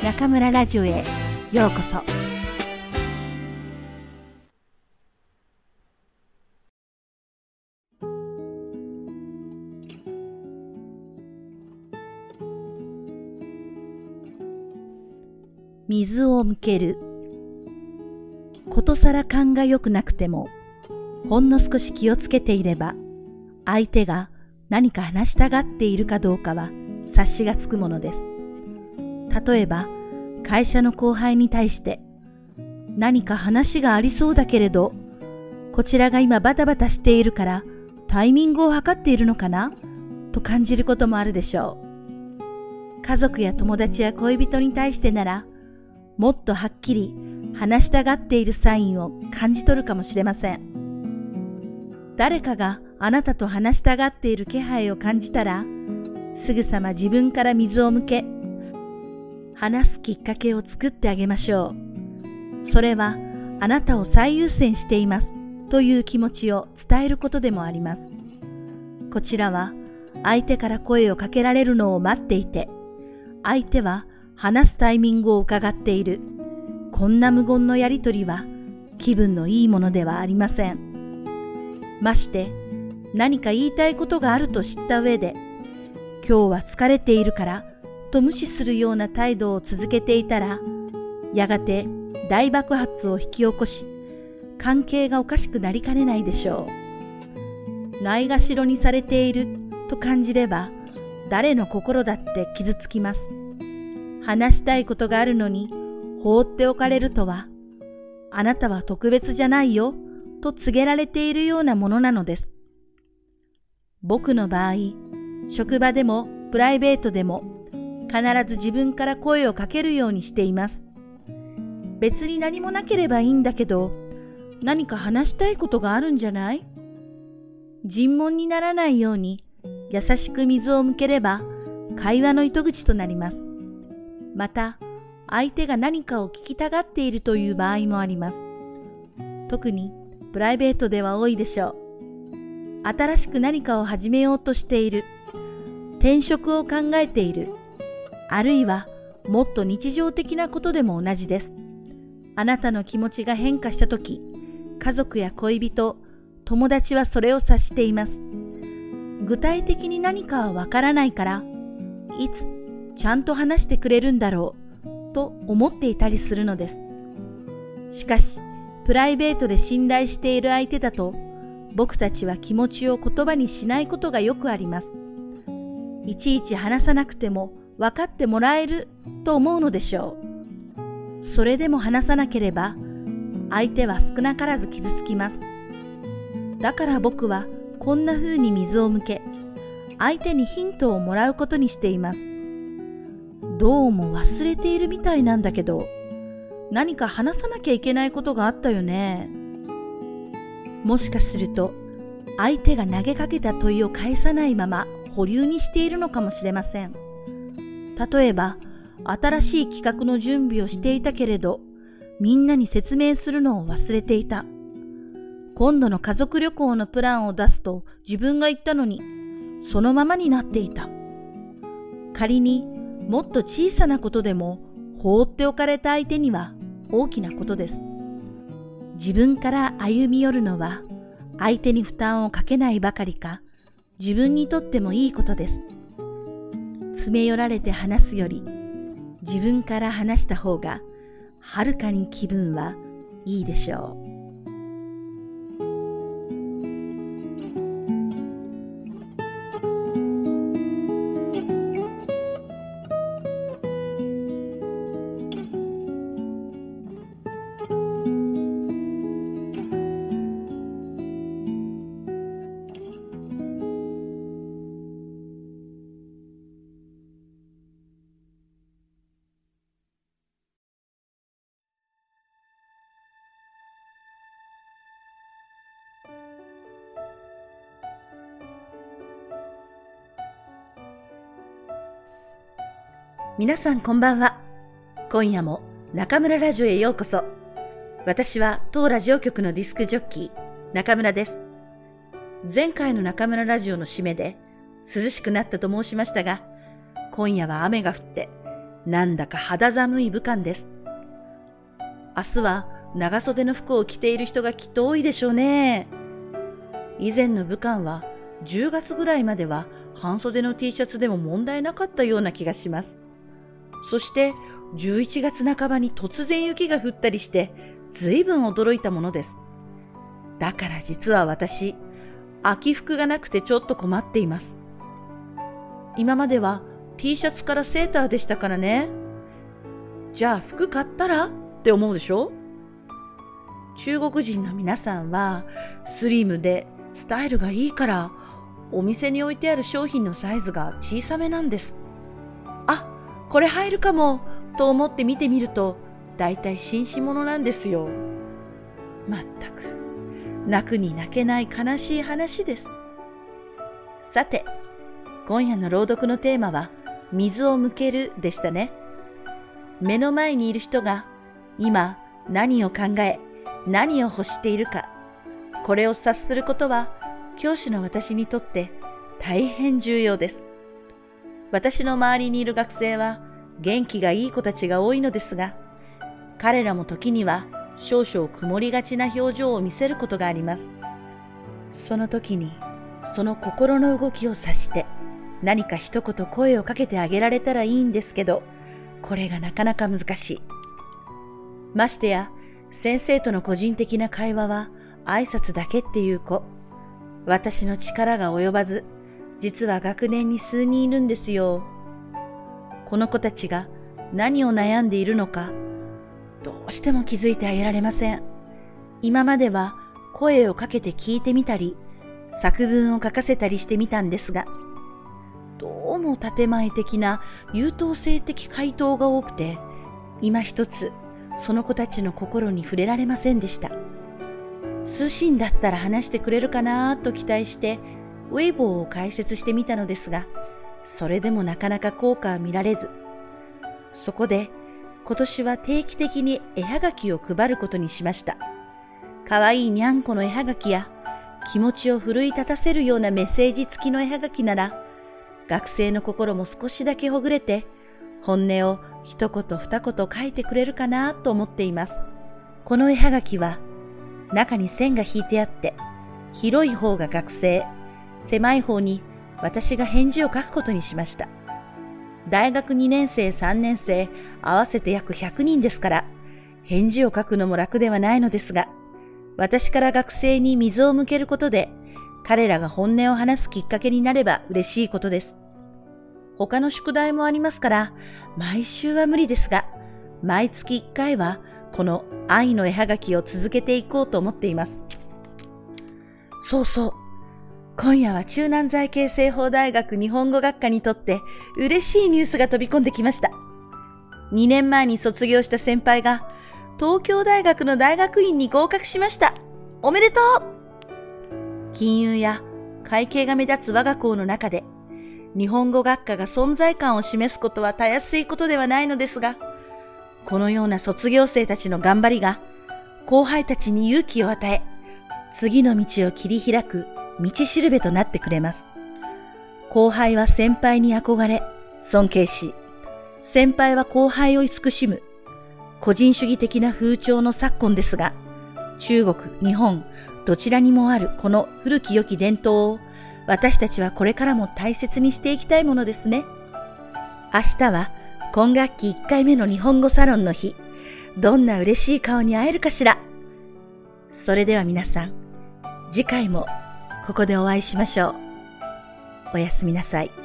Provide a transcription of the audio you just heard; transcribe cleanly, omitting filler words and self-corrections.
中村ラジオへようこそ。水を向ける。ことさら勘が良くなくても、ほんの少し気をつけていれば、相手が何か話したがっているかどうかは察しがつくものです。例えば、会社の後輩に対して、何か話がありそうだけれど、こちらが今バタバタしているからタイミングを測っているのかなと感じることもあるでしょう。家族や友達や恋人に対してなら、もっとはっきり話したがっているサインを感じ取るかもしれません。誰かがあなたと話したがっている気配を感じたら、すぐさま自分から水を向け、話すきっかけを作ってあげましょう。それはあなたを最優先していますという気持ちを伝えることでもあります。こちらは相手から声をかけられるのを待っていて、相手は話すタイミングを伺っている。こんな無言のやりとりは気分のいいものではありません。まして何か言いたいことがあると知った上で、今日は疲れているからと無視するような態度を続けていたら、やがて大爆発を引き起こし、関係がおかしくなりかねないでしょう。ないがしろにされていると感じれば、誰の心だって傷つきます。話したいことがあるのに放っておかれるとは、あなたは特別じゃないよと告げられているようなものなのです。僕の場合、職場でもプライベートでも必ず自分から声をかけるようにしています。別に何もなければいいんだけど、何か話したいことがあるんじゃない？尋問にならないように優しく水を向ければ会話の糸口となります。また、相手が何かを聞きたがっているという場合もあります。特にプライベートでは多いでしょう。新しく何かを始めようとしている、転職を考えている、あるいはもっと日常的なことでも同じです。あなたの気持ちが変化したとき、家族や恋人、友達はそれを察しています。具体的に何かはわからないから、いつちゃんと話してくれるんだろうと思っていたりするのです。しかし、プライベートで信頼している相手だと、僕たちは気持ちを言葉にしないことがよくあります。いちいち話さなくても分かってもらえると思うのでしょう。それでも話さなければ、相手は少なからず傷つきます。だから僕はこんな風に水を向け、相手にヒントをもらうことにしています。どうも忘れているみたいなんだけど、何か話さなきゃいけないことがあったよね。もしかすると、相手が投げかけた問いを返さないまま保留にしているのかもしれません。例えば、新しい企画の準備をしていたけれど、みんなに説明するのを忘れていた。今度の家族旅行のプランを出すと自分が言ったのに、そのままになっていた。仮にもっと小さなことでも放っておかれた相手には大きなことです。自分から歩み寄るのは相手に負担をかけないばかりか、自分にとってもいいことです。詰め寄られて話すより、自分から話した方がはるかに気分はいいでしょう。皆さんこんばんは。今夜も中村ラジオへようこそ。私は当ラジオ局のディスクジョッキー中村です。前回の中村ラジオの締めで涼しくなったと申しましたが、今夜は雨が降ってなんだか肌寒い武漢です。明日は長袖の服を着ている人がきっと多いでしょうね。以前の武漢は10月ぐらいまでは半袖の T シャツでも問題なかったような気がします。そして11月半ばに突然雪が降ったりして随分驚いたものです。だから実は私、秋服がなくてちょっと困っています。今までは T シャツからセーターでしたからね。じゃあ服買ったらって思うでしょ？中国人の皆さんはスリムでスタイルがいいからお店に置いてある商品のサイズが小さめなんです。あ、これ入るかもと思って見てみるとだいたい紳士物なんですよ。まったく泣くに泣けない悲しい話です。さて、今夜の朗読のテーマは水を向けるでしたね。目の前にいる人が今何を考え何を欲しているか、これを察することは教師の私にとって大変重要です。私の周りにいる学生は元気がいい子たちが多いのですが、彼らも時には少々曇りがちな表情を見せることがあります。その時にその心の動きを察して何か一言声をかけてあげられたらいいんですけど、これがなかなか難しい。ましてや先生との個人的な会話は挨拶だけっていう子、私の力が及ばず、実は学年に数人いるんですよ。この子たちが何を悩んでいるのか、どうしても気づいてあげられません。今までは声をかけて聞いてみたり、作文を書かせたりしてみたんですが、どうも建前的な優等生的回答が多くて、今一つその子たちの心に触れられませんでした。数シだったら話してくれるかなと期待して、ウェイボーを解説してみたのですが、それでもなかなか効果は見られず、そこで今年は定期的に絵はがきを配ることにしました。かわいいにゃんこの絵はがきや、気持ちを奮い立たせるようなメッセージ付きの絵はがきなら、学生の心も少しだけほぐれて、本音を一言二言書いてくれるかなと思っています。この絵はがきは、中に線が引いてあって、広い方が学生、狭い方に私が返事を書くことにしました。大学2年生、3年生、合わせて約100人ですから、返事を書くのも楽ではないのですが、私から学生に水を向けることで、彼らが本音を話すきっかけになれば嬉しいことです。他の宿題もありますから、毎週は無理ですが、毎月1回はこの愛の絵はがきを続けていこうと思っています。そうそう。今夜は中南財系西方大学日本語学科にとって嬉しいニュースが飛び込んできました。2年前に卒業した先輩が東京大学の大学院に合格しました。おめでとう！金融や会計が目立つ我が校の中で日本語学科が存在感を示すことはたやすいことではないのですが、このような卒業生たちの頑張りが後輩たちに勇気を与え、次の道を切り開く道しるべとなってくれます。後輩は先輩に憧れ、尊敬し、先輩は後輩を慈しむ、個人主義的な風潮の昨今ですが、中国、日本、どちらにもあるこの古き良き伝統を私たちはこれからも大切にしていきたいものですね。明日は今学期1回目の日本語サロンの日。どんな嬉しい顔に会えるかしら。それでは皆さん、次回もここでお会いしましょう。おやすみなさい。